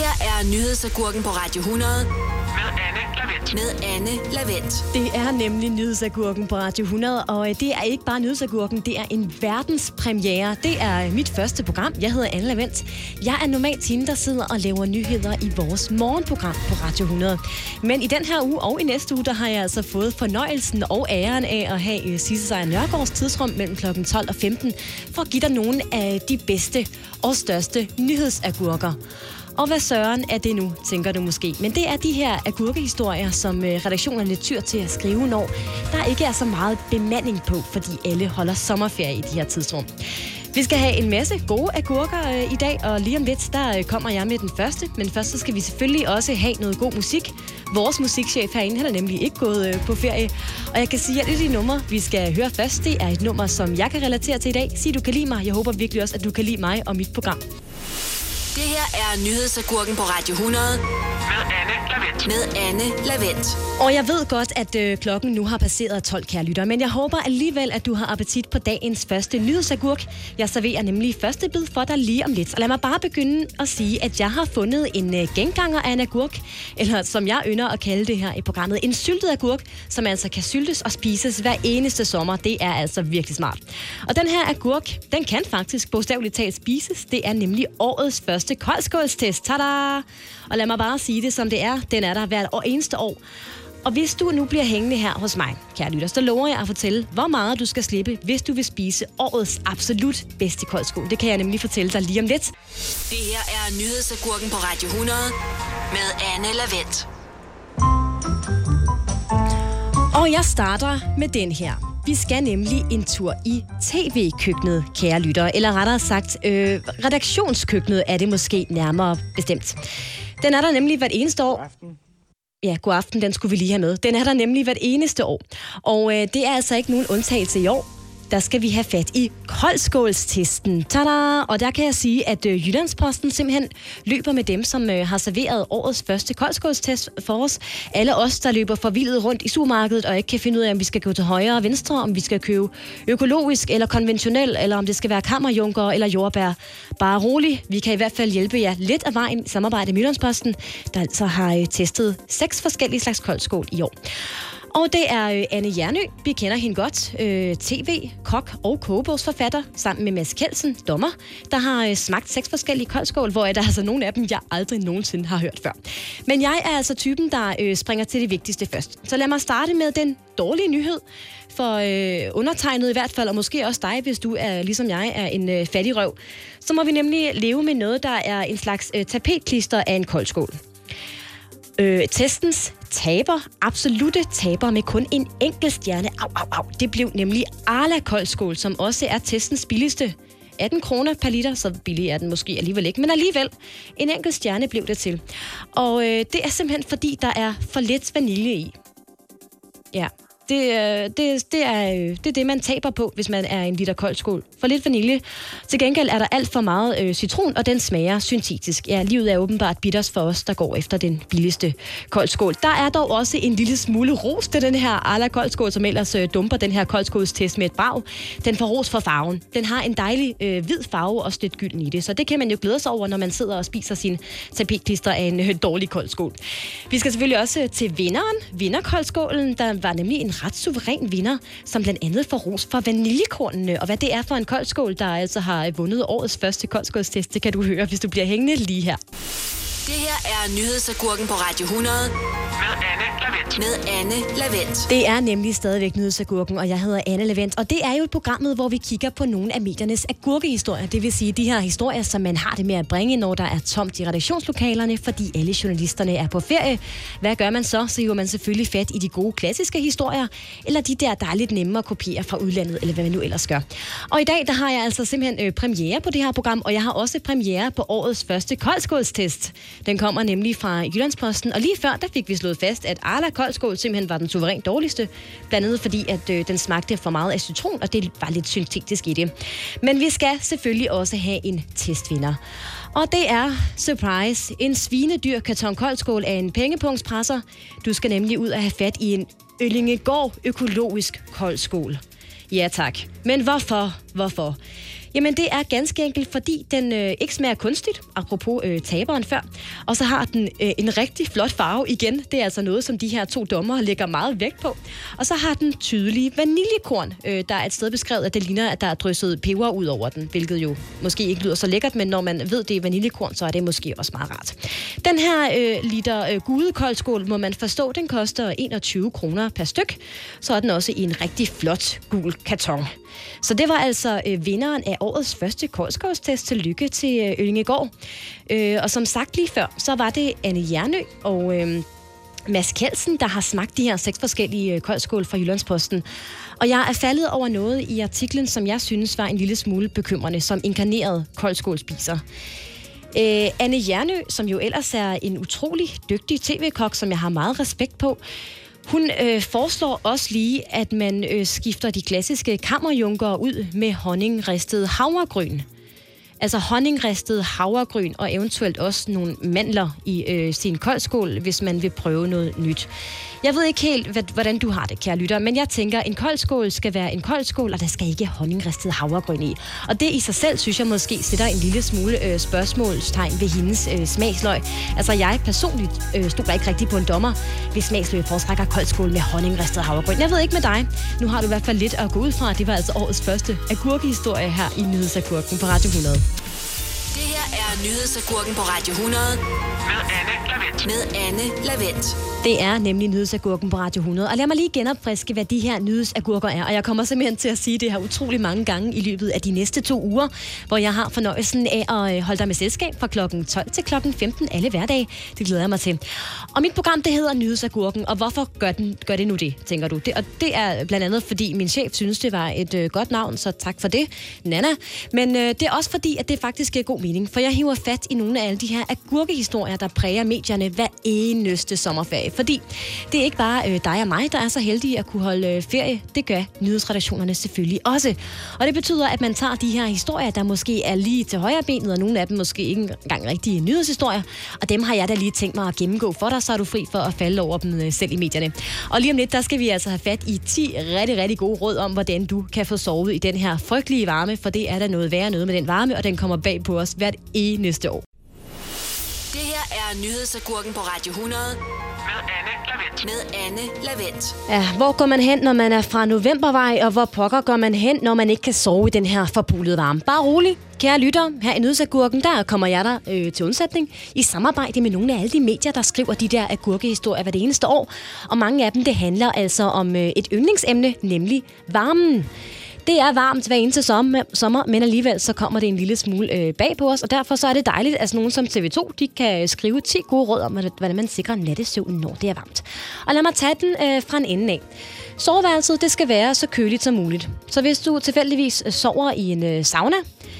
her er Nyhedsagurken på Radio 100. Med Anne Lavent. Det er nemlig Nyhedsagurken på Radio 100, og det er ikke bare Nyhedsagurken, det er en verdenspremiere. Det er mit første program. Jeg hedder Anne Lavent. Jeg er normalt hende, der sidder og laver nyheder i vores morgenprogram på Radio 100. Men i den her uge og i næste uge, der har jeg altså fået fornøjelsen og æren af at have Sisse Sejr Nørgaards tidsrum mellem kl. 12 og 15, for at give dig nogle af de bedste og største nyhedsagurker. Og hvad søren er det nu, tænker du måske. Men det er de her agurkehistorier, som redaktionerne tyr til at skrive, når der ikke er så meget bemanding på, fordi alle holder sommerferie i de her tidsrum. Vi skal have en masse gode agurker i dag, og lige om lidt, der kommer jeg med den første. Men først så skal vi selvfølgelig også have noget god musik. Vores musikchef herinde, han er nemlig ikke gået på ferie. Og jeg kan sige, at det nummer, vi skal høre først, det er et nummer, som jeg kan relatere til i dag. Sig, du kan lide mig. Jeg håber virkelig også, at du kan lide mig og mit program. Det her er Nyhedsagurken på Radio 100. Med Anne Lavent. Og jeg ved godt, at klokken nu har passeret 12, kære lytter, men jeg håber alligevel, at du har appetit på dagens første nyhedsagurk. Jeg serverer nemlig første bid for dig lige om lidt. Og lad mig bare begynde at sige, at jeg har fundet en genganger af en agurk, eller som jeg ynder at kalde det her i programmet, en syltet agurk, som altså kan syltes og spises hver eneste sommer. Det er altså virkelig smart. Og den her agurk, den kan faktisk bogstaveligt talt spises. Det er nemlig årets første koldskålstest. Tada! Og lad mig bare sige det, som det er. Den er der hvert eneste år. Og hvis du nu bliver hængende her hos mig, kære lytter, så lover jeg at fortælle, hvor meget du skal slippe, hvis du vil spise årets absolut bedste koldskål. Det kan jeg nemlig fortælle dig lige om lidt. Det her er Nyhedsagurken på Radio 100 med Anne Lavent. Og jeg starter med den her. Vi skal nemlig en tur i tv-køkkenet, kære lyttere. Eller rettere sagt, redaktionskøkkenet er det måske nærmere bestemt. Den er der nemlig hvert eneste år. Ja, god aften, den skulle vi lige have med. Den er der nemlig hvert eneste år. Og det er altså ikke nogen undtagelse i år. Der skal vi have fat i koldskålstesten. Tada! Og der kan jeg sige, at Jyllandsposten simpelthen løber med dem, som har serveret årets første koldskålstest for os. Alle os, der løber forvildet rundt i supermarkedet og ikke kan finde ud af, om vi skal gå til højre og venstre, om vi skal købe økologisk eller konventionel, eller om det skal være kammerjunker eller jordbær. Bare rolig, vi kan i hvert fald hjælpe jer lidt af vejen i samarbejde med Jyllandsposten, der altså har testet 6 forskellige slags koldskål i år. Og det er Anne Hjernø. Vi kender hende godt. TV, kok og kogebogsforfatter, sammen med Mads Kjeldsen, dommer, der har smagt 6 forskellige koldskål, hvor der er altså nogle af dem, jeg aldrig nogensinde har hørt før. Men jeg er altså typen, der springer til det vigtigste først. Så lad mig starte med den dårlige nyhed for undertegnet i hvert fald, og måske også dig, hvis du er ligesom jeg er en fattig røv. Så må vi nemlig leve med noget, der er en slags tapetklister af en koldskål. Testens absolute taber med kun en enkelt stjerne. Det blev nemlig Arla koldskål, som også er testens billigste. 18 kroner per liter, så billig er den måske alligevel ikke, men alligevel en enkelt stjerne blev det til. Og det er simpelthen fordi, der er for lidt vanilje i. Ja. Det er det, man taber på, hvis man er en liter koldskål. For lidt vanilje. Til gengæld er der alt for meget citron, og den smager syntetisk. Ja, livet er åbenbart bitters for os, der går efter den billigste koldskål. Der er dog også en lille smule ros til den her Arla koldskål, som ellers dumper den her koldskålstest med et brag. Den får ros for farven. Den har en dejlig hvid farve og lidt gylden i det, så det kan man jo glæde sig over, når man sidder og spiser sin tapetklister af en dårlig koldskål. Vi skal selvfølgelig også til vinderen. Vinderkoldskålen, der var nemlig en ret suveræn vinder, som blandt andet får ros for vaniljekornene, og hvad det er for en koldskål, der altså har vundet årets første koldskålstest, det kan du høre, hvis du bliver hængende lige her. Det her er Nyhedsagurken på Radio 100 med Anne Lavent. Det er nemlig stadigvæk Nyhedsagurken, og jeg hedder Anne Lavent. Og det er jo et programmet, hvor vi kigger på nogle af mediernes agurkehistorier. Det vil sige de her historier, som man har det med at bringe, når der er tomt i redaktionslokalerne, fordi alle journalisterne er på ferie. Hvad gør man så? Så hiver man selvfølgelig fat i de gode klassiske historier, eller de der er lidt nemmere at kopiere fra udlandet, eller hvad man nu ellers gør. Og i dag, der har jeg altså simpelthen premiere på det her program, og jeg har også premiere på årets første koldskålstest. Den kommer nemlig fra Jyllandsposten, og lige før, der fik vi slået fast, at Arla koldskål simpelthen var den suverænt dårligste, blandt andet fordi, at den smagte for meget af citron, og det var lidt syntetisk i det. Men vi skal selvfølgelig også have en testvinder. Og det er, surprise, en svinedyr karton koldskål af en pengepunktspresser. Du skal nemlig ud og have fat i en Øllingegård økologisk koldskål. Ja tak. Men hvorfor? Jamen, det er ganske enkelt, fordi den ikke smager kunstigt, apropos taberen før. Og så har den en rigtig flot farve igen. Det er altså noget, som de her 2 dommere lægger meget vægt på. Og så har den tydelige vaniljekorn. Der er et sted beskrevet, at det ligner, at der er drysset peber ud over den, hvilket jo måske ikke lyder så lækkert, men når man ved, det er vaniljekorn, så er det måske også meget rart. Den her liter gudekoldskål, må man forstå, den koster 21 kroner per styk. Så er den også i en rigtig flot gul karton. Så det var altså vinderen af årets første koldskålstest. Tillykke til Øllingegaard. Og som sagt lige før, så var det Anne Hjernø og Mads Kjeldsen, der har smagt de her 6 forskellige koldskål fra Jyllandsposten. Og jeg er faldet over noget i artiklen, som jeg synes var en lille smule bekymrende, som inkarneret koldskålspiser. Anne Hjernø, som jo ellers er en utrolig dygtig tv-kok, som jeg har meget respekt på, hun foreslår også lige, at man skifter de klassiske kammerjunker ud med honningristet havregryn. Altså honningristet havregryn og eventuelt også nogle mandler i sin koldskål, hvis man vil prøve noget nyt. Jeg ved ikke helt, hvordan du har det, kære lytter, men jeg tænker, en koldskål skal være en koldskål, og der skal ikke honningristet havregryn i. Og det i sig selv, synes jeg måske sætter en lille smule spørgsmålstegn ved hendes smagsløg. Altså jeg personligt stoler ikke rigtig på en dommer, hvis smagsløg foretrækker koldskål med honningristet havregryn. Jeg ved ikke med dig. Nu har du i hvert fald lidt at gå ud fra. Det var altså årets første agurkehistorie her i Nyhedsagurken på Radio 100. Det her er Nyhedsagurken på Radio 100 med Anne Lavent. Det er nemlig Nyhedsagurken på Radio 100. Og lad mig lige genopfriske, hvad de her nyhedsagurker er. Og jeg kommer simpelthen til at sige det her utrolig mange gange i løbet af de næste 2 uger, hvor jeg har fornøjelsen af at holde dig med selskab fra klokken 12 til klokken 15 alle hverdage. Det glæder jeg mig til. Og mit program, det hedder Nyhedsagurken. Og hvorfor gør det nu det, tænker du? Og det er blandt andet, fordi min chef synes, det var et godt navn, så tak for det, Nana. Men det er også fordi, at det faktisk er god mening, for jeg hiver fat i nogle af alle de her agurkehistorier, der præger medierne hver eneste sommerferie. Fordi det er ikke bare dig og mig, der er så heldige at kunne holde ferie. Det gør nyhedsredaktionerne selvfølgelig også. Og det betyder, at man tager de her historier, der måske er lige til højre benet, og nogle af dem måske ikke engang rigtige nyhedshistorier. Og dem har jeg da lige tænkt mig at gennemgå for dig, så er du fri for at falde over dem selv i medierne. Og lige om lidt, der skal vi altså have fat i 10 rigtig, rigtig gode råd om, hvordan du kan få sovet i den her frygtelige varme, for det er der noget værre noget med den varme, og den kommer bag på os hvert eneste år. Det her er Nyhedsagurken på Radio 100 med Anne Lavent. Ja, hvor går man hen, når man er fra Novembervej, og hvor pokker går man hen, når man ikke kan sove i den her forpulede varme? Bare rolig, kære lytter. Her i Nyhedsagurken, der kommer jeg der til undsætning i samarbejde med nogle af alle de medier, der skriver de der agurkehistorier hvert eneste år. Og mange af dem, det handler altså om et yndlingsemne, nemlig varmen. Det er varmt hver eneste sommer, men alligevel så kommer det en lille smule bag på os, og derfor så er det dejligt, at nogen som TV2, de kan skrive 10 gode råd om, hvordan man sikrer nattesøvn, når det er varmt. Og lad mig tage den fra en ende af. Soveværelset, det skal være så køligt som muligt. Så hvis du tilfældigvis sover i en sauna,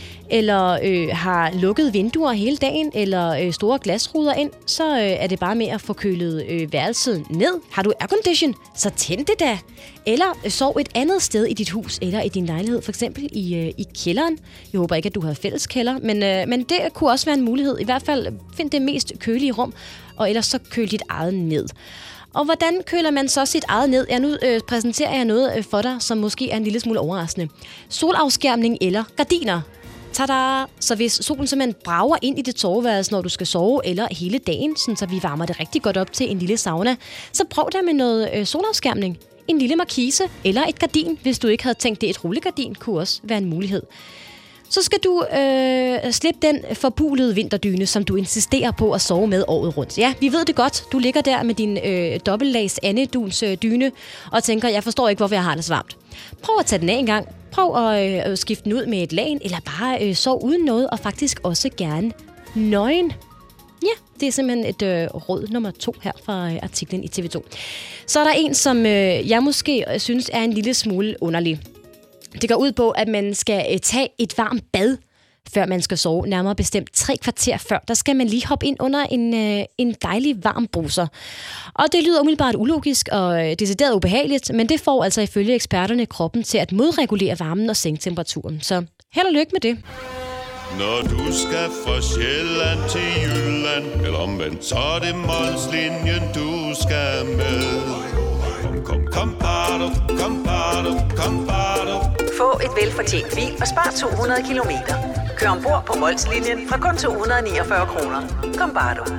eller har lukket vinduer hele dagen, eller store glasruder ind, så er det bare med at få kølet værelset ned. Har du aircondition, så tænd det da. Eller sov et andet sted i dit hus, eller i din lejlighed, for eksempel i kælderen. Jeg håber ikke, at du har fælles kælder, men det kunne også være en mulighed. I hvert fald find det mest kølige rum, og ellers så køl dit eget ned. Og hvordan køler man så sit eget ned? Ja, nu præsenterer jeg noget for dig, som måske er en lille smule overraskende. Solafskærmning eller gardiner. Tada! Så hvis solen simpelthen brager ind i dit soveværelse, når du skal sove, eller hele dagen, så vi varmer det rigtig godt op til en lille sauna, så prøv da med noget solafskærmning. En lille markise eller et gardin, hvis du ikke havde tænkt det. Et rullegardin kunne også være en mulighed. Så skal du slippe den forpulede vinterdyne, som du insisterer på at sove med året rundt. Ja, vi ved det godt. Du ligger der med din dobbeltlags Anne-duns dyne og tænker, jeg forstår ikke, hvorfor jeg har det så varmt. Prøv at tage den af en gang. Prøv at skifte den ud med et lagen, eller bare sov uden noget, og faktisk også gerne nøgen. Ja, det er simpelthen et råd nummer 2 her fra artiklen i TV2. Så er der en, som jeg måske synes er en lille smule underlig. Det går ud på, at man skal tage et varmt bad, før man skal sove. Nærmere bestemt 3 kvarter før. Der skal man lige hoppe ind under en dejlig varm bruser. Og det lyder umiddelbart ulogisk og decideret ubehageligt, men det får altså ifølge eksperterne kroppen til at modregulere varmen og sænke temperaturen. Så held og lykke med det. Når du skal fra Sjælland til Jylland, mand, eller omvendt, så er det Molslinjen, du skal med. Kom, bado, kom, bado, kom, bado. Få et velfortjent bil og spar 200 kilometer. Kør ombord på Molslinjen fra kun 249 kroner. Kom, bare du.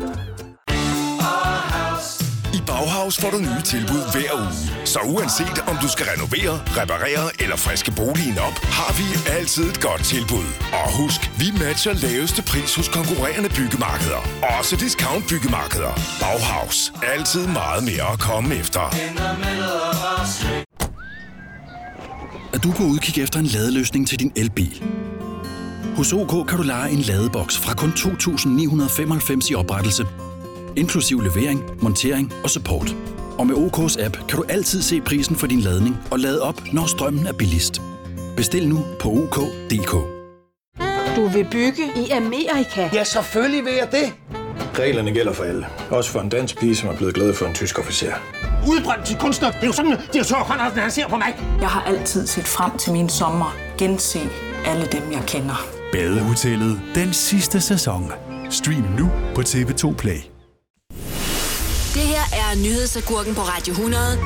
I Bauhaus får du nye tilbud hver uge. Så uanset om du skal renovere, reparere eller friske boligen op, har vi altid et godt tilbud. Og husk, vi matcher laveste pris hos konkurrerende byggemarkeder. Også discount byggemarkeder. Bauhaus. Altid meget mere at komme efter. Er du på udkig efter en ladeløsning til din elbil? Hos OK kan du leje en ladeboks fra kun 2.995 i oprettelse, inklusiv levering, montering og support. Og med OK's app kan du altid se prisen for din ladning og lade op, når strømmen er billigst. Bestil nu på OK.dk. Du vil bygge i Amerika? Ja, selvfølgelig vil jeg det. Reglerne gælder for alle. Også for en dansk pige, som er blevet glad for en tysk officer. Udbrændt til kunstner. Det er jo sådan, at direktør Conradsen, han ser på mig. Jeg har altid set frem til min sommer. Gense alle dem, jeg kender. Badehotellet. Den sidste sæson. Stream nu på TV2 Play. Det her er Nyhedsagurken på Radio 100.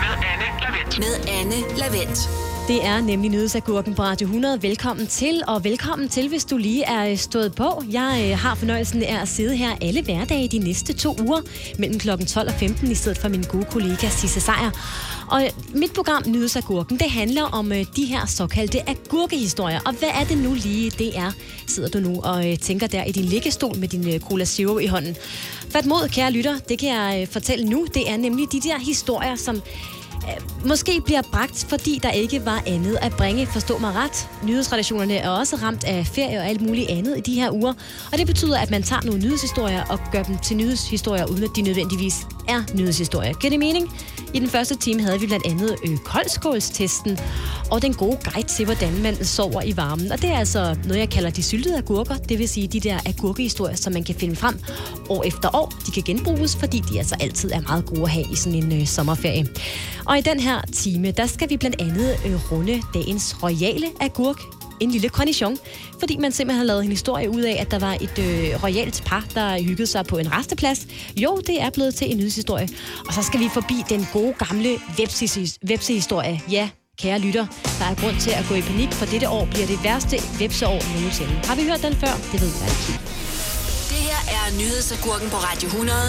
Med Anne Lavent. Det er nemlig Nyhedsagurken på Radio 100. Velkommen til, og velkommen til, hvis du lige er stået på. Jeg har fornøjelsen af at sidde her alle hverdage de næste 2 uger, mellem kl. 12 og 15, i stedet for min gode kollega Sisse Sejer. Og mit program Nyhedsagurken, det handler om de her såkaldte agurkehistorier. Og hvad er det nu lige, det er? Sidder du nu og tænker der i din liggestol med din Cola Zero i hånden. Fat mod, kære lytter, det kan jeg fortælle nu. Det er nemlig de der historier, som måske bliver bragt, fordi der ikke var andet at bringe. Forstå mig ret. Nyhedsredaktionerne er også ramt af ferie og alt muligt andet i de her uger. Og det betyder, at man tager nogle nyhedshistorier og gør dem til nyhedshistorier, uden at de nødvendigvis er nyhedshistorier. Giver det mening? I den første time havde vi blandt andet koldskålstesten og den gode guide til, hvordan man sover i varmen. Og det er altså noget, jeg kalder de syltede agurker. Det vil sige de der agurkehistorier, som man kan finde frem år efter år. De kan genbruges, fordi de altså altid er meget gode at have i sådan en sommerferie. Og i den her time, der skal vi blandt andet runde dagens royale agurk. En lille cornichon, fordi man simpelthen har lavet en historie ud af, at der var et royalt par, der hyggede sig på en resteplads. Jo, det er blevet til en nyhedshistorie. Og så skal vi forbi den gode gamle vepsehistorie. Ja, kære lytter, der er grund til at gå i panik, for dette år bliver det værste vepseår nogensinde. Har vi hørt den før? Det ved jeg ikke. Det her er Nyhedsagurken på Radio 100.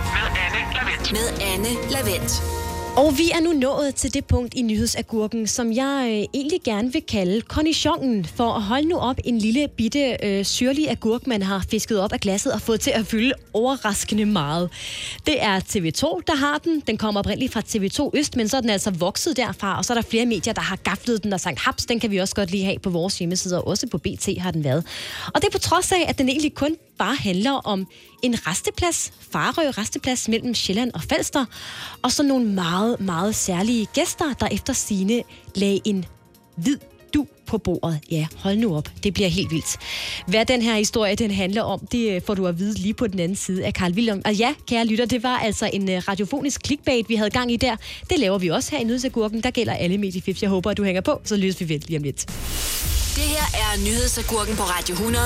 Med Anne Lavent. Og vi er nu nået til det punkt i Nyhedsagurken, som jeg egentlig gerne vil kalde cornichonen. For at holde nu op en lille bitte syrlig agurk, man har fisket op af glasset og fået til at fylde overraskende meget. Det er TV2, der har den. Den kommer oprindeligt fra TV2 Øst, men så er den altså vokset derfra. Og så er der flere medier, der har gaflet den og sagt, haps, den kan vi også godt lige have på vores hjemmeside. Og også på BT har den været. Og det er på trods af, at den egentlig kun bare handler om en resteplads, Farø resteplads mellem Sjælland og Falster, og så nogle meget, meget særlige gæster, der efter sigende lagde en hvid dug på bordet. Ja, hold nu op. Det bliver helt vildt. Hvad den her historie den handler om, det får du at vide lige på den anden side af Carl Wilhelm. Og ja, kære lytter, det var altså en radiofonisk clickbait, vi havde gang i der. Det laver vi også her i Nyhedsagurken. Der gælder alle mediefifs. Jeg håber, at du hænger på, så lyttes vi ved lige om lidt. Det her er Nyhedsagurken på Radio 100.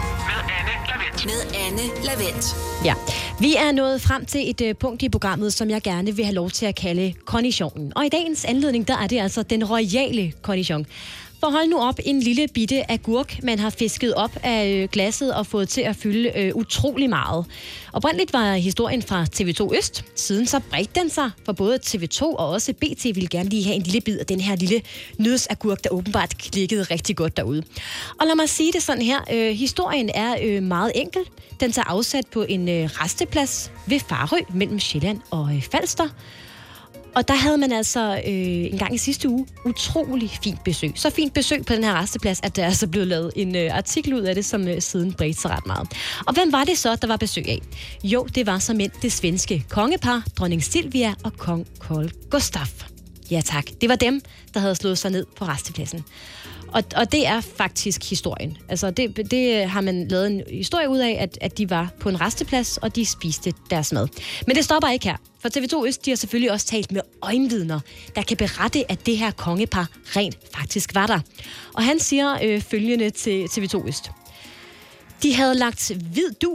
Med Anne Lavent. Ja, vi er nået frem til et punkt i programmet, som jeg gerne vil have lov til at kalde cornichonen. Og i dagens anledning, der er det altså den royale cornichon. For hold nu op, en lille bitte agurk, man har fisket op af glasset og fået til at fylde utrolig meget. Oprindeligt var historien fra TV2 Øst. Siden så bredte den sig, for både TV2 og også BT ville gerne lige have en lille bid af den her lille nyhedsagurk, der åbenbart klikkede rigtig godt derude. Og lad mig sige det sådan her. Historien er meget enkel. Den tager afsat på en resteplads ved Farø mellem Sjælland og Falster. Og der havde man altså en gang i sidste uge utrolig fint besøg. Så fint besøg på den her resteplads, at der er altså blevet lavet en artikel ud af det, som siden bredte sig ret meget. Og hvem var det så, der var besøg af? Jo, det var såmænd det svenske kongepar, dronning Silvia og kong Carl Gustaf. Ja tak, det var dem, der havde slået sig ned på restepladsen. Og det er faktisk historien. Altså det har man lavet en historie ud af, at de var på en resteplads, og de spiste deres mad. Men det stopper ikke her. For TV2 Øst, de har selvfølgelig også talt med øjenvidner, der kan berette, at det her kongepar rent faktisk var der. Og han siger følgende til TV2 Øst. De havde lagt hvid dug på,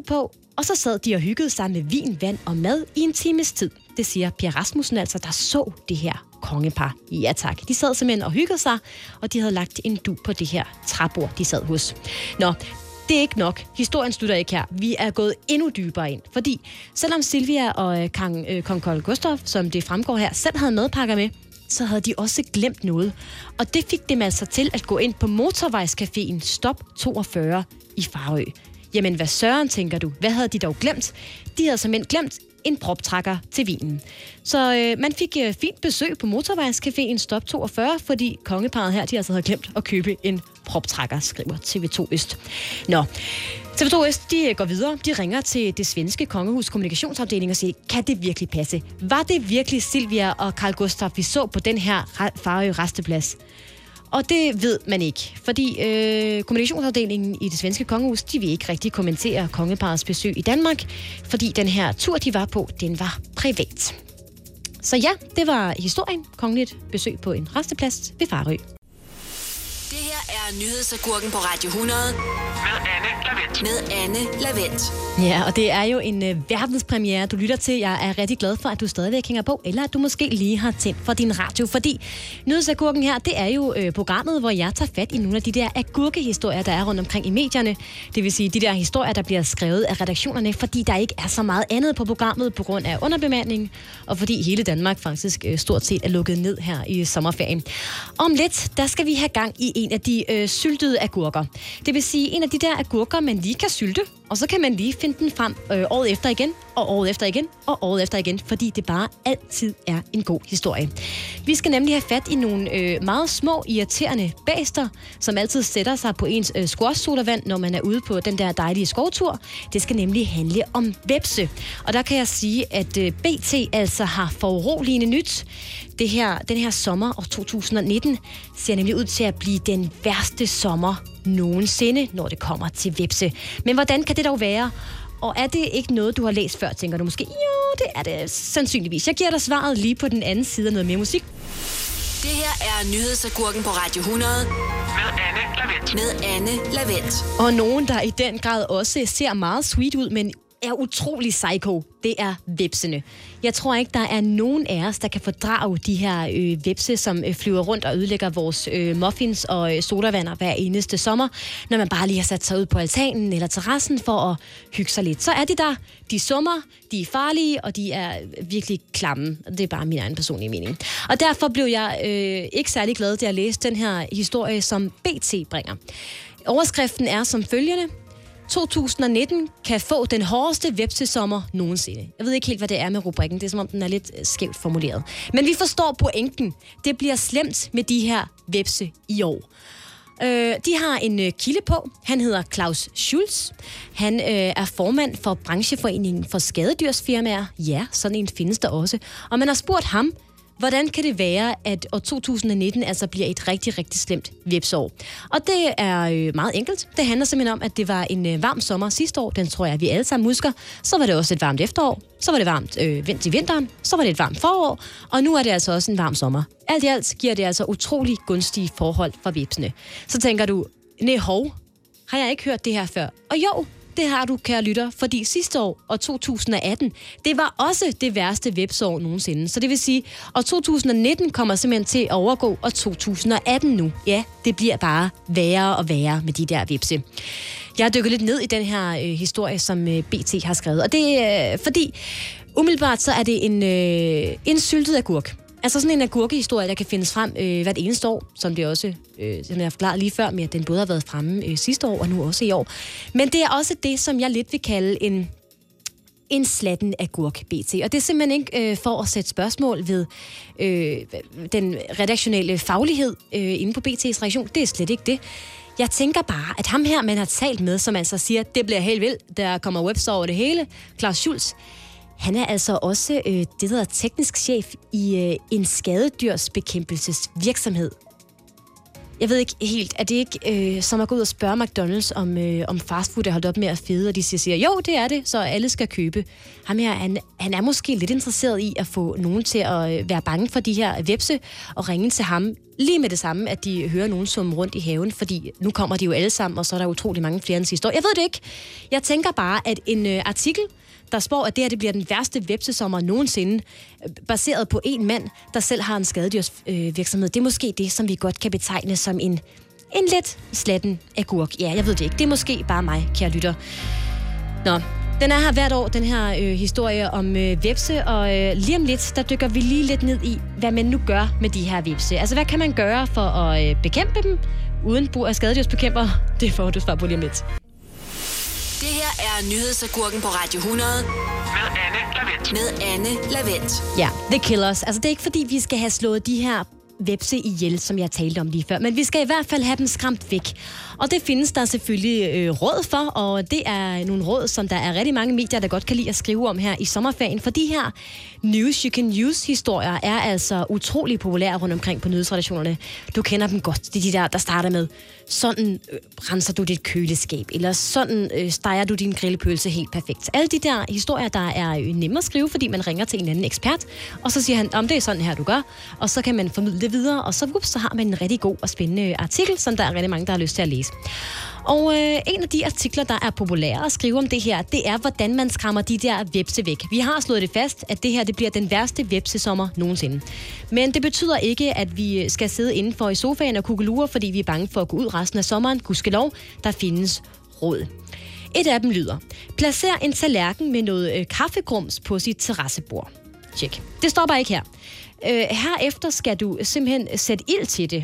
Og så sad de og hyggede sig med vin, vand og mad i en times tid. Det siger Per Rasmussen altså, der så det her kongepar. Ja tak. De sad simpelthen og hyggede sig, og de havde lagt en dug på det her træbord, de sad hos. Nå, det er ikke nok. Historien slutter ikke her. Vi er gået endnu dybere ind, fordi selvom Silvia og kong Carl Gustaf, som det fremgår her, selv havde madpakker med, så havde de også glemt noget. Og det fik dem altså til at gå ind på motorvejscaféen Stop 42 i Farø. Jamen, hvad søren, tænker du? Hvad havde de dog glemt? De havde simpelthen glemt en proptrækker til vinen. Så man fik fint besøg på motorvejscaféen Stop 42, fordi kongeparret her, de altså havde glemt at købe en proptrækker, skriver TV2 Øst. Nå, TV2 Øst, de går videre. De ringer til det svenske kongehus kommunikationsafdeling og siger, kan det virkelig passe? Var det virkelig Silvia og Carl Gustaf, vi så på den her Farø resteplads? Og det ved man ikke, fordi kommunikationsafdelingen i det svenske kongehus, de vil ikke rigtig kommentere kongeparrets besøg i Danmark, fordi den her tur, de var på, den var privat. Så ja, det var historien. Kongeligt besøg på en resteplads ved Farø. Det her er nyhedsagurken på Radio 100 med Anne Lavent. Ja, og det er jo en verdenspremiere, du lytter til. Jeg er rigtig glad for, at du stadigvæk hænger på, eller at du måske lige har tændt for din radio, fordi nyhedsagurken her, det er jo programmet, hvor jeg tager fat i nogle af de der agurkehistorier, der er rundt omkring i medierne. Det vil sige de der historier, der bliver skrevet af redaktionerne, fordi der ikke er så meget andet på programmet på grund af underbemanding, og fordi hele Danmark faktisk stort set er lukket ned her i sommerferien. Om lidt, der skal vi have gang i en af de syltede agurker. Det vil sige en af de der agurker, man lige kan sylte, og så kan man lige finde den frem året efter igen, og året efter igen, og året efter igen, fordi det bare altid er en god historie. Vi skal nemlig have fat i nogle meget små, irriterende bæster, som altid sætter sig på ens squash-sodavand, når man er ude på den der dejlige skovtur. Det skal nemlig handle om hvepse. Og der kan jeg sige, at BT altså har foruroligende nyt. Den her sommer år 2019 ser nemlig ud til at blive den værste sommer nogensinde, når det kommer til hvepse. Men hvordan kan det dog være? Og er det ikke noget, du har læst før, tænker du måske? Jo, det er det sandsynligvis. Jeg giver dig svaret lige på den anden side af noget mere musik. Det her er nyhedsagurken på Radio 100 med Anne Lavent. Og nogen, der i den grad også ser meget sweet ud, men er utrolig psycho, det er hvepsene. Jeg tror ikke, der er nogen af os, der kan fordrage de her hvepse, som flyver rundt og ødelægger vores muffins og sodavander hver eneste sommer, når man bare lige har sat sig ud på altanen eller terrassen for at hygge sig lidt. Så er de der, de summer, de er farlige, og de er virkelig klamme. Det er bare min egen personlige mening. Og derfor blev jeg ikke særlig glad, da jeg læste den her historie, som BT bringer. Overskriften er som følgende: 2019 kan få den hårdeste hvepsesommer nogensinde. Jeg ved ikke helt, hvad det er med rubrikken. Det er som om, den er lidt skævt formuleret. Men vi forstår pointen. Det bliver slemt med de her hvepse i år. De har en kilde på. Han hedder Claus Schulz. Han er formand for brancheforeningen for skadedyrsfirmaer. Ja, sådan en findes der også. Og man har spurgt ham, hvordan kan det være, at år 2019 altså bliver et rigtig, rigtig slemt hvepseår? Og det er meget enkelt. Det handler simpelthen om, at det var en varm sommer sidste år. Den tror jeg, vi alle sammen husker. Så var det også et varmt efterår. Så var det varmt til vinteren. Så var det et varmt forår. Og nu er det altså også en varm sommer. Alt i alt giver det altså utrolig gunstige forhold for hvepsene. Så tænker du, hov, har jeg ikke hørt det her før? Og jo, det har du, kære lytter, fordi sidste år, år 2018, det var også det værste hvepseår nogensinde. Så det vil sige, år 2019 kommer simpelthen til at overgå år 2018 nu. Ja, det bliver bare værre og værre med de der hvepse. Jeg har dykket lidt ned i den her historie, som BT har skrevet, og det er fordi, umiddelbart så er det en syltet agurk. Altså sådan en agurkehistorie, der kan findes frem hvert eneste år, som det også, som jeg har forklaret lige før, med at den både har været fremme sidste år og nu også i år. Men det er også det, som jeg lidt vil kalde en slatten agurk, BT. Og det er simpelthen ikke for at sætte spørgsmål ved den redaktionelle faglighed inde på BT's redaktion. Det er slet ikke det. Jeg tænker bare, at ham her, man har talt med, som altså siger, det bliver helt vildt, der kommer webs over det hele, Claus Schulz. Han er altså også det, der hedder teknisk chef i en skadedyrsbekæmpelsesvirksomhed. Jeg ved ikke helt, er det ikke som at gå ud og spørge McDonald's, om fastfood er holdt op med at fede, og de siger, jo, det er det, så alle skal købe. Ham her, han er måske lidt interesseret i at få nogen til at være bange for de her hvepse, og ringe til ham lige med det samme, at de hører nogen summe rundt i haven, fordi nu kommer de jo alle sammen, og så er der utrolig mange flere end sidste år. Jeg ved det ikke. Jeg tænker bare, at en artikel, der spår, at det her det bliver den værste hvepsesommer nogensinde, baseret på en mand, der selv har en skadedyrsvirksomhed. Det er måske det, som vi godt kan betegne som en lidt slatten agurk. Ja, jeg ved det ikke. Det er måske bare mig, kære lytter. Nå, den er her hvert år, den her historie om hvepse, og lige om lidt, der dykker vi lige lidt ned i, hvad man nu gør med de her hvepse. Altså, hvad kan man gøre for at bekæmpe dem, uden brug af skadedyrsbekæmper? Det får du svar på lige om lidt. Det her er Nyhedsagurken på Radio 100 med Anne Lavent. Ja, The Killers. Altså, det er ikke fordi, vi skal have slået de her hvepse ihjel, som jeg talte om lige før, men vi skal i hvert fald have dem skræmt væk. Og det findes der selvfølgelig råd for, og det er nogle råd, som der er rigtig mange medier, der godt kan lide at skrive om her i sommerferien, for de her news you can use-historier er altså utrolig populære rundt omkring på nyhedsredaktionerne. Du kender dem godt. Det er de der starter med, sådan renser du dit køleskab, eller sådan steger du din grillpølse helt perfekt. Alle de der historier, der er nemme at skrive, fordi man ringer til en anden ekspert, og så siger han, om det er sådan her, du gør, og så kan man formidle det videre, og så har man en rigtig god og spændende artikel, som der er rigtig mange, der har lyst til at læse. Og en af de artikler, der er populære at skrive om det her, det er, hvordan man skræmmer de der hvepse væk. Vi har slået det fast, at det her det bliver den værste hvepsesommer nogensinde. Men det betyder ikke, at vi skal sidde indenfor i sofaen og kukkelure, fordi vi er bange for at gå ud resten af sommeren. Gudskelov, der findes råd. Et af dem lyder: placer en tallerken med noget kaffegrums på sit terrassebord. Tjek. Det stopper ikke her. Herefter skal du simpelthen sætte ild til det.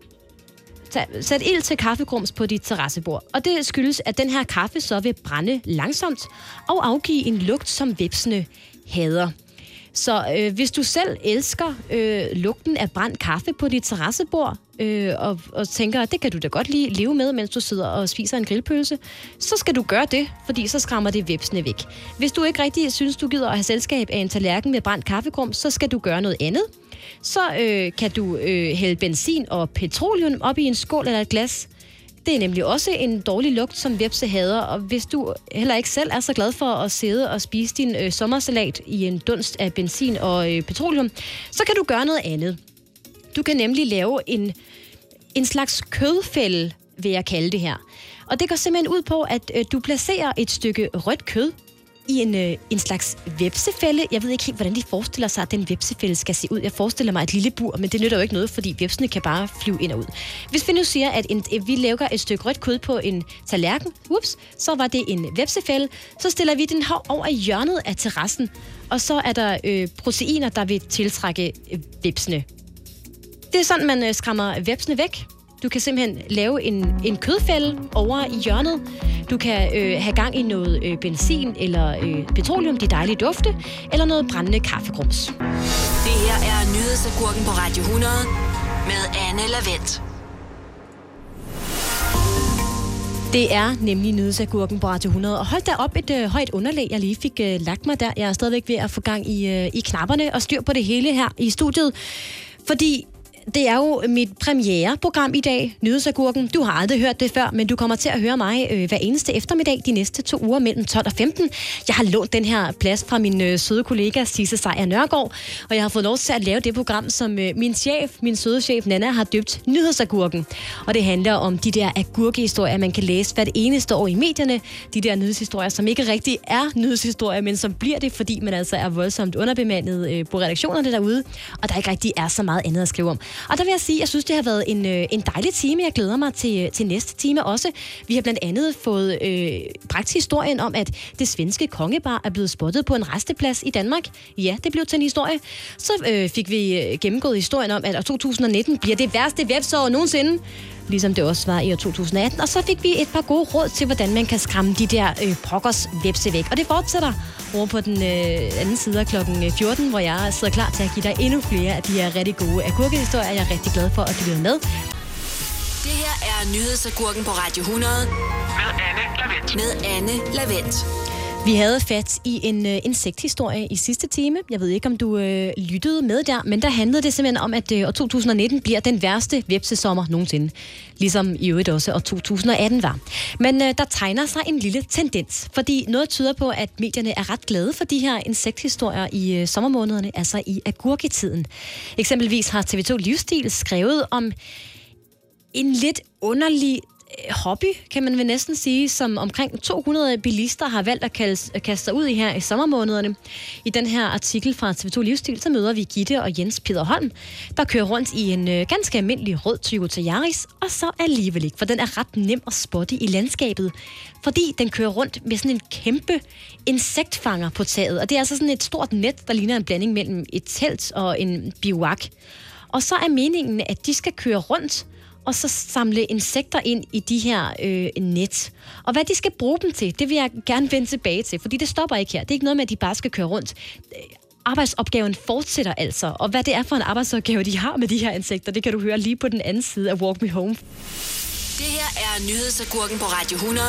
Sæt ild til kaffegrums på dit terrassebord. Og det skyldes, at den her kaffe så vil brænde langsomt og afgive en lugt, som hvepsene hader. Så hvis du selv elsker lugten af brændt kaffe på dit terrassebord, og tænker, at det kan du da godt lige leve med, mens du sidder og spiser en grillpølse, så skal du gøre det, fordi så skræmmer det hvepsene væk. Hvis du ikke rigtig synes, du gider at have selskab af en tallerken med brændt kaffegrums, så skal du gøre noget andet. Så kan du hælde benzin og petroleum op i en skål eller et glas. Det er nemlig også en dårlig lugt, som hvepse hader, og hvis du heller ikke selv er så glad for at sidde og spise din sommersalat i en dunst af benzin og petroleum, så kan du gøre noget andet. Du kan nemlig lave en slags kødfælde, vil jeg kalde det her. Og det går simpelthen ud på, at du placerer et stykke rødt kød i en slags hvepsefælde. Jeg ved ikke helt, hvordan de forestiller sig, at den hvepsefælde skal se ud. Jeg forestiller mig et lille bur, men det nytter jo ikke noget, fordi hvepsene kan bare flyve ind og ud. Hvis vi nu siger, at vi lægger et stykke rødt kød på en tallerken, så var det en hvepsefælde, så stiller vi den over i hjørnet af terrassen, og så er der proteiner, der vil tiltrække hvepsene. Det er sådan, man skræmmer hvepsene væk. Du kan simpelthen lave en kødfælde over i hjørnet. Du kan have gang i noget benzin eller petroleum, de dejlige dufte, eller noget brændende kaffegrums. Det her er Nyhedsagurken på Radio 100 med Anne Lavent. Det er nemlig Nyhedsagurken på Radio 100. Og hold da op et højt underlag, jeg lige fik lagt mig der. Jeg er stadigvæk ved at få gang i knapperne og styr på det hele her i studiet. Fordi det er jo mit premiereprogram i dag, Nyhedsagurken. Du har aldrig hørt det før, men du kommer til at høre mig hver eneste eftermiddag de næste 2 uger mellem 12 og 15. Jeg har lånt den her plads fra min søde kollega Sisse Sejer Nørgaard, og jeg har fået lov til at lave det program, som min søde chef Nana har døbt Nyhedsagurken. Og det handler om de der agurkehistorier, man kan læse hvert eneste år i medierne. De der nyhedshistorier, som ikke rigtig er nyhedshistorier, men som bliver det, fordi man altså er voldsomt underbemandet på redaktionerne derude, og der ikke rigtig er så meget andet at skrive om. Og der vil jeg sige, at jeg synes, det har været en dejlig time. Jeg glæder mig til næste time også. Vi har blandt andet fået bragt historien om, at det svenske kongebar er blevet spottet på en resteplads i Danmark. Ja, det blev til en historie. Så fik vi gennemgået historien om, at år 2019 bliver det værste hvepsår nogensinde, ligesom det også var i år 2018. Og så fik vi et par gode råd til, hvordan man kan skræmme de der pokkers hvepse væk. Og det fortsætter over på den anden side af klokken 14, hvor jeg sidder klar til at give dig endnu flere af de her rigtig gode agurkehistorier. Jeg er rigtig glad for, at du lytter med. Det her er Nyhedsagurken på Radio 100 med Anne Lavent. Vi havde fat i en insekthistorie i sidste time. Jeg ved ikke, om du lyttede med der, men der handlede det simpelthen om, at år 2019 bliver den værste hvepsesommer nogensinde. Ligesom i øvrigt også år 2018 var. Men der tegner sig en lille tendens, fordi noget tyder på, at medierne er ret glade for de her insekthistorier i sommermånederne, altså i agurketiden. Eksempelvis har TV2 Livsstil skrevet om en lidt underlig hobby, kan man vel næsten sige, som omkring 200 bilister har valgt at kaste sig ud i her i sommermånederne. I den her artikel fra TV2 Livsstil, så møder vi Gitte og Jens Peder Holm, der kører rundt i en ganske almindelig rød Toyota Yaris, og så alligevel ikke, for den er ret nem at spotte i landskabet, fordi den kører rundt med sådan en kæmpe insektfanger på taget, og det er altså sådan et stort net, der ligner en blanding mellem et telt og en biwak. Og så er meningen, at de skal køre rundt og så samle insekter ind i de her net. Og hvad de skal bruge dem til, det vil jeg gerne vende tilbage til, fordi det stopper ikke her. Det er ikke noget med, at de bare skal køre rundt. Arbejdsopgaven fortsætter altså, og hvad det er for en arbejdsopgave, de har med de her insekter, det kan du høre lige på den anden side af Walk Me Home. Det her er Nyhedsagurken på Radio 100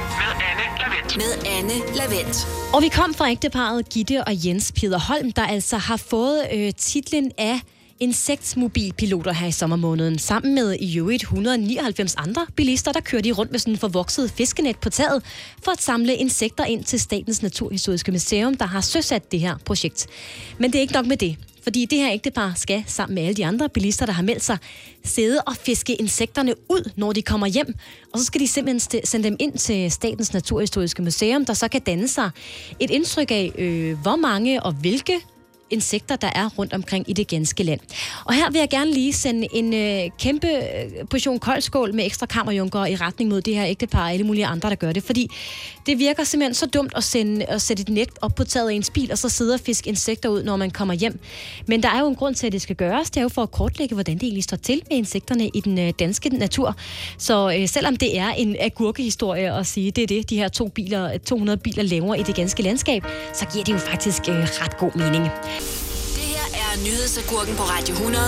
med Anne Lavent. Og vi kom fra ægteparret Gitte og Jens Peder Holm, der altså har fået titlen af insektmobilpiloter her i sommermåneden. Sammen med i øvrigt 199 andre bilister, der kører de rundt med sådan en forvokset fiskenet på taget for at samle insekter ind til Statens Naturhistoriske Museum, der har søsat det her projekt. Men det er ikke nok med det, fordi det her ægtepar skal sammen med alle de andre bilister, der har meldt sig, sidde og fiske insekterne ud, når de kommer hjem. Og så skal de simpelthen sende dem ind til Statens Naturhistoriske Museum, der så kan danne sig et indtryk af, hvor mange og hvilke insekter, der er rundt omkring i det ganske land. Og her vil jeg gerne lige sende en kæmpe portion koldskål med ekstra kammerjunker i retning mod det her ægtepar og alle mulige andre, der gør det. Fordi det virker simpelthen så dumt at sætte et net op på taget af ens bil, og så sidde og fiske insekter ud, når man kommer hjem. Men der er jo en grund til, at det skal gøres. Det er jo for at kortlægge, hvordan det egentlig står til med insekterne i den danske natur. Så selvom det er en agurkehistorie at sige, det er det, de her 200 biler laver i det ganske landskab, så giver det jo faktisk ret god mening. Det her er Nyhedsagurken på Radio 100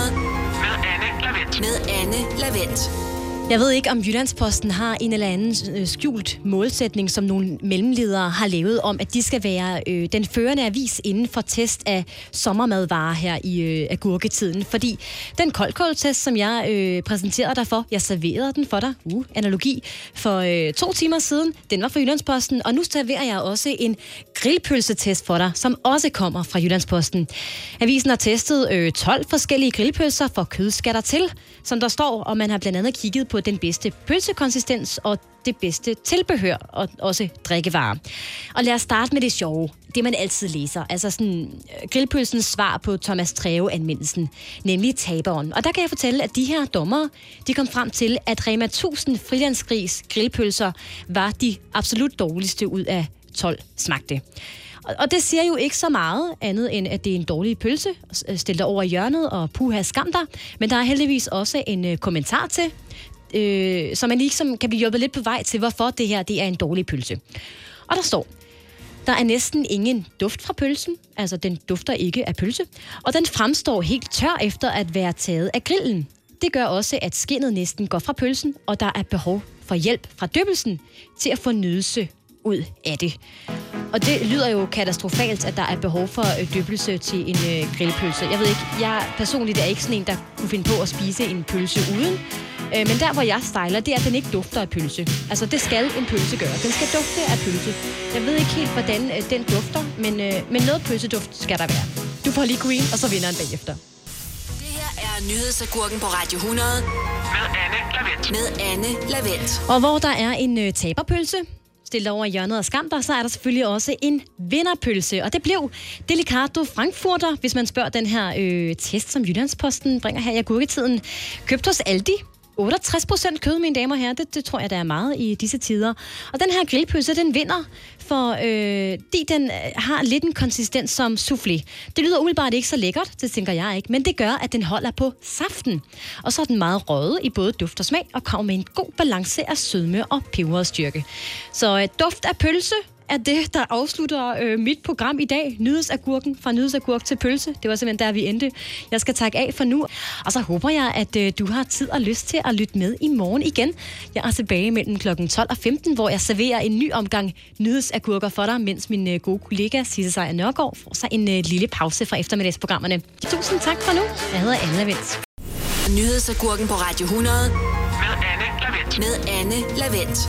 med Anne Lavent. Jeg ved ikke, om Jyllandsposten har en eller anden skjult målsætning, som nogle mellemledere har lavet om, at de skal være den førende avis inden for test af sommermadvarer her i agurketiden. Fordi den koldkåltest, som jeg præsenterede dig for, jeg serverede den for dig, analogi, for 2 timer siden, den var fra Jyllandsposten, og nu serverer jeg også en grillpølsetest for dig, som også kommer fra Jyllandsposten. Avisen har testet 12 forskellige grillpølser for kødskatter til, som der står, og man har blandt andet kigget på den bedste pølsekonsistens og det bedste tilbehør og også drikkevarer. Og lad os starte med det sjove. Det man altid læser. Altså sådan grillpølsens svar på Thomas Treve-anmeldelsen. Nemlig taberen. Og der kan jeg fortælle, at de her dommere, de kom frem til, at Rema 1000 Frilandsgris grillpølser var de absolut dårligste ud af 12 smagte. Og det siger jo ikke så meget andet, end at det er en dårlig pølse. Stil dig over i hjørnet og puha skam dig. Men der er heldigvis også en kommentar til, så man ligesom kan blive hjulpet lidt på vej til, hvorfor det her det er en dårlig pølse. Og der står, der er næsten ingen duft fra pølsen, altså den dufter ikke af pølse, og den fremstår helt tør efter at være taget af grillen. Det gør også, at skindet næsten går fra pølsen, og der er behov for hjælp fra dyppelsen til at få nydelse ud af det. Og det lyder jo katastrofalt, at der er behov for dyppelse til en grillpølse. Jeg ved ikke, jeg personligt er ikke sådan en, der kunne finde på at spise en pølse uden. Men der, hvor jeg styler, det er, at den ikke dufter af pølse. Altså, det skal en pølse gøre. Den skal dufte af pølse. Jeg ved ikke helt, hvordan den dufter, men noget pølseduft skal der være. Du får lige Queen, og så vinder den bagefter. Det her er Nyhedsagurken på Radio 100 med Anne Lavent. Og hvor der er en taberpølse, stil dig over i hjørnet og skam dig, så er der selvfølgelig også en vinderpølse. Og det blev Delicato Frankfurter, hvis man spørger den her test, som Jyllandsposten bringer her i agurketiden. Købt hos Aldi. 68% kød, mine damer og herrer. Det tror jeg, der er meget i disse tider. Og den her grillpølse, den vinder, fordi den har lidt en konsistens som soufflé. Det lyder umiddelbart ikke så lækkert, det tænker jeg ikke, men det gør, at den holder på saften. Og så er den meget røget i både duft og smag, og kommer med en god balance af sødme og peberstyrke. Så duft af pølse er det, der afslutter mit program i dag. Nyhedsagurken, fra nyhedsagurk til pølse. Det var simpelthen der, vi endte. Jeg skal takke af for nu. Og så håber jeg, at du har tid og lyst til at lytte med i morgen igen. Jeg er tilbage mellem kl. 12 og 15, hvor jeg serverer en ny omgang nyhedsagurker for dig, mens min gode kollega Sisse Sejer Nørgaard får sig en lille pause fra eftermiddagsprogrammerne. Tusind tak for nu. Jeg hedder Anne Lavendt. Nyhedsagurken på Radio 100. Med Anne Lavendt. Med Anne Lavendt.